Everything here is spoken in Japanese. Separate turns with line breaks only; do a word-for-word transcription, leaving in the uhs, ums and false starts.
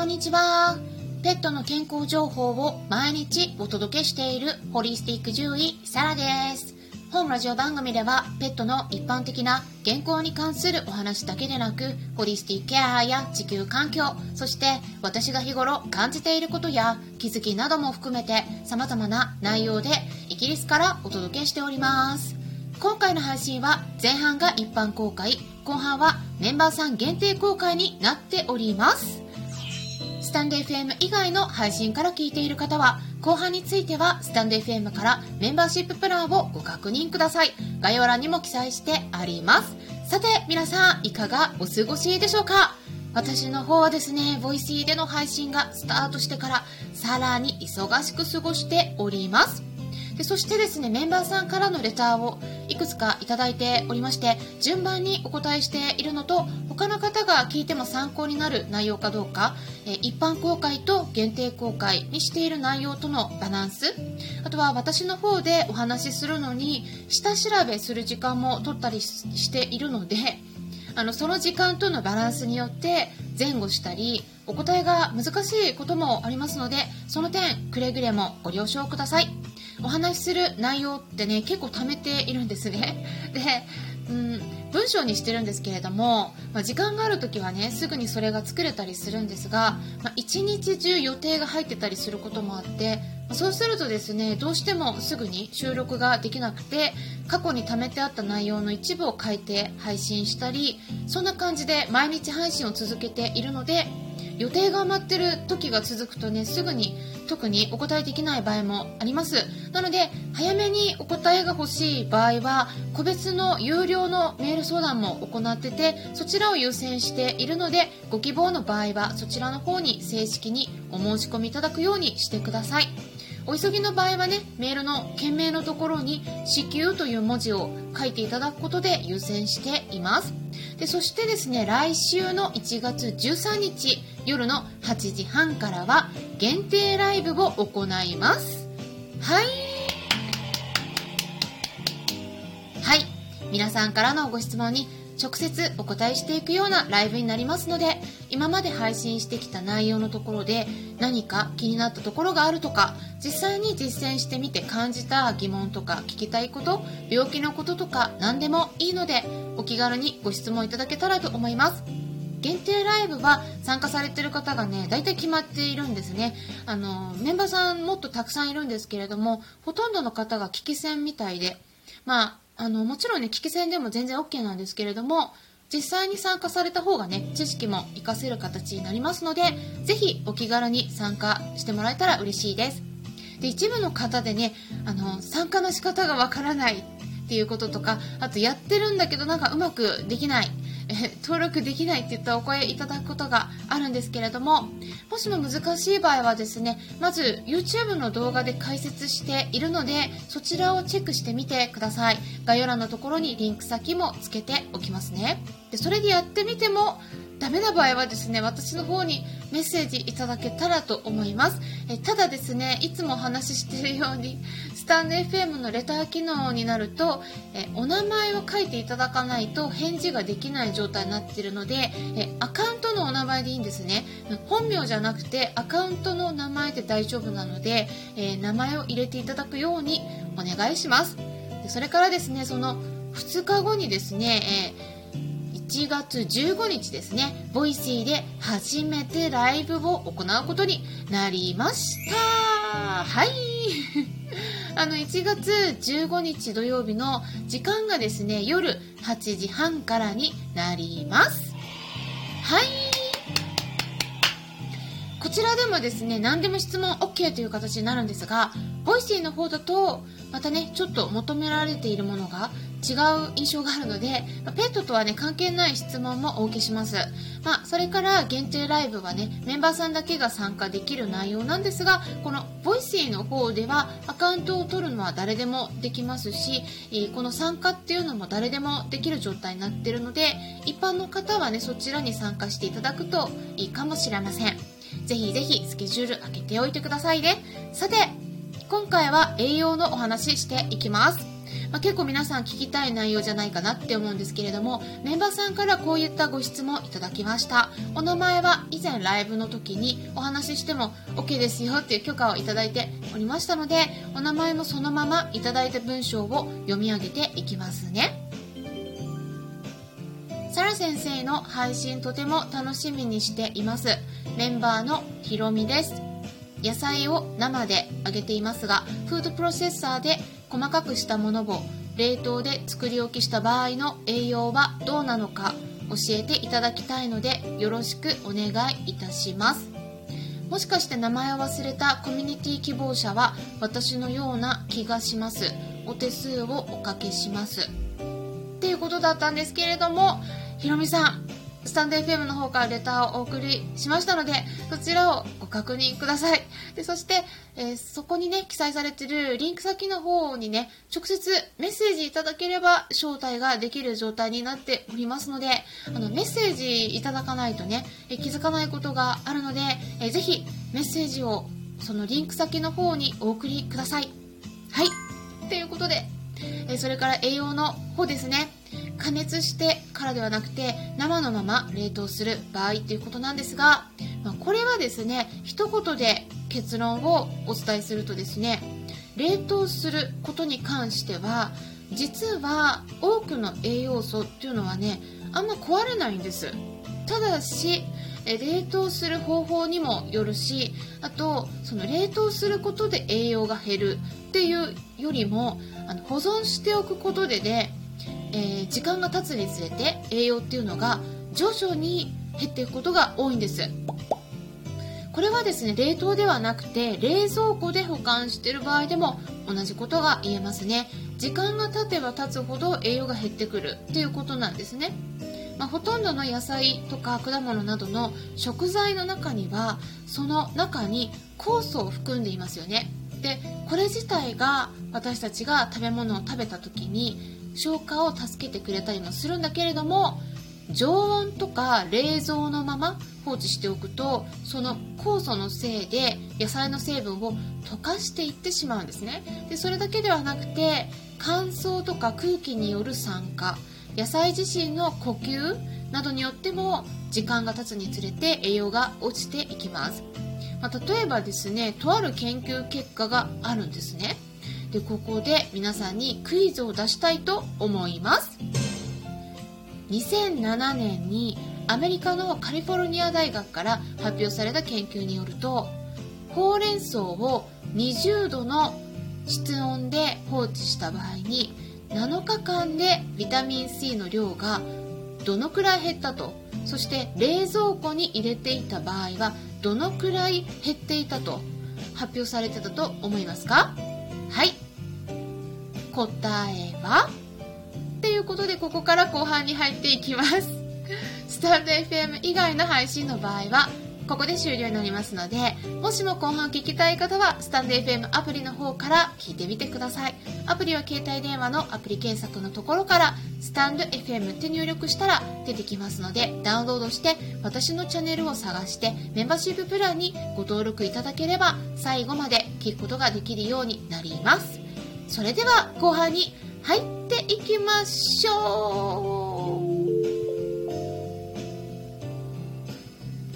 こんにちは。ペットの健康情報を毎日お届けしているホリスティック獣医サラです。本ラジオ番組ではペットの一般的な健康に関するお話だけでなく、ホリスティックケアや地球環境、そして私が日頃感じていることや気づきなども含めて様々な内容でイギリスからお届けしております。今回の配信は前半が一般公開、後半はメンバーさん限定公開になっております。スタンド エフエム 以外の配信から聞いている方は、後半についてはスタンド エフエム からメンバーシッププランをご確認ください。概要欄にも記載してあります。さて皆さん、いかがお過ごしでしょうか？私の方はですね、ボイシーでの配信がスタートしてからさらに忙しく過ごしております。でそしてですね、メンバーさんからのレターをいくつかいただいておりまして、順番にお答えしているのと、他の方が聞いても参考になる内容かどうか、え一般公開と限定公開にしている内容とのバランス、あとは私の方でお話しするのに下調べする時間も取ったりしているので、あのその時間とのバランスによって前後したりお答えが難しいこともありますので、その点くれぐれもご了承ください。お話しする内容ってね、結構貯めているんですね。で、うん、文章にしてるんですけれども、まあ、時間があるときはね、すぐにそれが作れたりするんですが、まあ、一日中予定が入ってたりすることもあって、まあ、そうするとですね、どうしてもすぐに収録ができなくて、過去に貯めてあった内容の一部を変えて配信したり、そんな感じで毎日配信を続けているので、予定が余ってる時が続くとね、すぐに特にお答えできない場合もあります。なので早めにお答えが欲しい場合は個別の有料のメール相談も行ってて、そちらを優先しているので、ご希望の場合はそちらの方に正式にお申し込みいただくようにしてください。お急ぎの場合はね、メールの件名のところに至急という文字を書いていただくことで優先しています。でそしてですね、来週のいちがつじゅうさんにち夜のはちじはんからは限定ライブを行います。はいはい皆さんからのご質問に直接お答えしていくようなライブになりますので、今まで配信してきた内容のところで何か気になったところがあるとか、実際に実践してみて感じた疑問とか聞きたいこと、病気のこととか何でもいいので、お気軽にご質問いただけたらと思います。限定ライブは参加されている方がね、大体決まっているんですね。あのメンバーさんもっとたくさんいるんですけれども、ほとんどの方が聞き戦みたいで、まああのもちろんね、聞き戦でも全然 OK なんですけれども、実際に参加された方がね、知識も活かせる形になりますので、ぜひお気軽に参加してもらえたら嬉しいです。で一部の方でね、あの参加の仕方がわからないっていうこととか、あとやってるんだけどなんかうまくできない、え登録できないっていったお声いただくことがあるんですけれども、もしも難しい場合はですね、まず YouTube の動画で解説しているので、そちらをチェックしてみてください。概要欄のところにリンク先もつけておきますね。でそれでやってみてもダメな場合はですね、私の方にメッセージいただけたらと思います。えただですね、いつもお話ししているように、スタンド エフエム のレター機能になると、えお名前を書いていただかないと返事ができない状態になっているので、えアカウントのお名前でいいんですね。本名じゃなくてアカウントの名前で大丈夫なので、え名前を入れていただくようにお願いします。でそれからですね、そのふつかごにですね、えーいちがつじゅうごにちですね、ボイシーで初めてライブを行うことになりました。はいあのいちがつじゅうごにち土曜日の時間がですね、夜はちじはんからになります。はいこちらでもですね、何でも質問 OK という形になるんですが、ボイシーの方だとまたね、ちょっと求められているものが違う印象があるので、ペットとはね関係ない質問もお受けします。まあ、それから限定ライブはね、メンバーさんだけが参加できる内容なんですが、このボイシーの方ではアカウントを取るのは誰でもできますし、この参加っていうのも誰でもできる状態になっているので、一般の方はねそちらに参加していただくといいかもしれません。ぜひぜひスケジュール開けておいてくださいね。さて今回は栄養のお話ししていきます。 まあ、結構皆さん聞きたい内容じゃないかなって思うんですけれども、メンバーさんからこういったご質問いただきました。お名前は以前ライブの時にお話ししても OK ですよっていう許可をいただいておりましたので、お名前もそのままいただいた文章を読み上げていきますね。サラ先生の配信とても楽しみにしています。メンバーのひろみです。野菜を生で揚げていますが、フードプロセッサーで細かくしたものを冷凍で作り置きした場合の栄養はどうなのか教えていただきたいのでよろしくお願いいたします。もしかして名前を忘れたコミュニティ希望者は私のような気がします。お手数をおかけしますっていうことだったんですけれども、ひろみさん、スタンド エフエム の方からレターをお送りしましたので、そちらをご確認ください。で、そして、えー、そこにね、記載されているリンク先の方にね、直接メッセージいただければ招待ができる状態になっておりますので、あのメッセージいただかないとね、えー、気づかないことがあるので、えー、ぜひメッセージをそのリンク先の方にお送りください。はい。ということで、えー、それから栄養の方ですね。加熱してからではなくて生のまま冷凍する場合ということなんですが、まあ、これはですね、一言で結論をお伝えするとですね、冷凍することに関しては実は多くの栄養素っていうのはね、あんま壊れないんです。ただし冷凍する方法にもよるし、あとその冷凍することで栄養が減るっていうよりも、あの保存しておくことでね、えー、時間が経つにつれて栄養っていうのが徐々に減っていくことが多いんです。これはですね、冷凍ではなくて冷蔵庫で保管している場合でも同じことが言えますね。時間が経てば経つほど栄養が減ってくるっていうことなんですね。まあ、ほとんどの野菜とか果物などの食材の中にはその中に酵素を含んでいますよね。で、これ自体が私たちが食べ物を食べた時に消化を助けてくれたりもするんだけれども、常温とか冷蔵のまま放置しておくとその酵素のせいで野菜の成分を溶かしていってしまうんですね。で、それだけではなくて乾燥とか空気による酸化、野菜自身の呼吸などによっても時間が経つにつれて栄養が落ちていきます。まあ、例えばですね、とある研究結果があるんですね。で、ここで皆さんにクイズを出したいと思います。にせんななねんにアメリカのカリフォルニア大学から発表された研究によると、ほうれん草をにじゅうどの室温で放置した場合になのかかんでビタミン C の量がどのくらい減ったと、そして冷蔵庫に入れていた場合はどのくらい減っていたと発表されてたと思いますか？はい、答えはということで、ここから後半に入っていきます。スタンド エフエム 以外の配信の場合はここで終了になりますので、もしも後半聞きたい方はスタンド エフエム アプリの方から聞いてみてください。アプリは携帯電話のアプリ検索のところからスタンド エフエム って入力したら出てきますので、ダウンロードして私のチャンネルを探してメンバーシッププランにご登録いただければ最後まで聞くことができるようになります。それでは後半に入っていきましょう。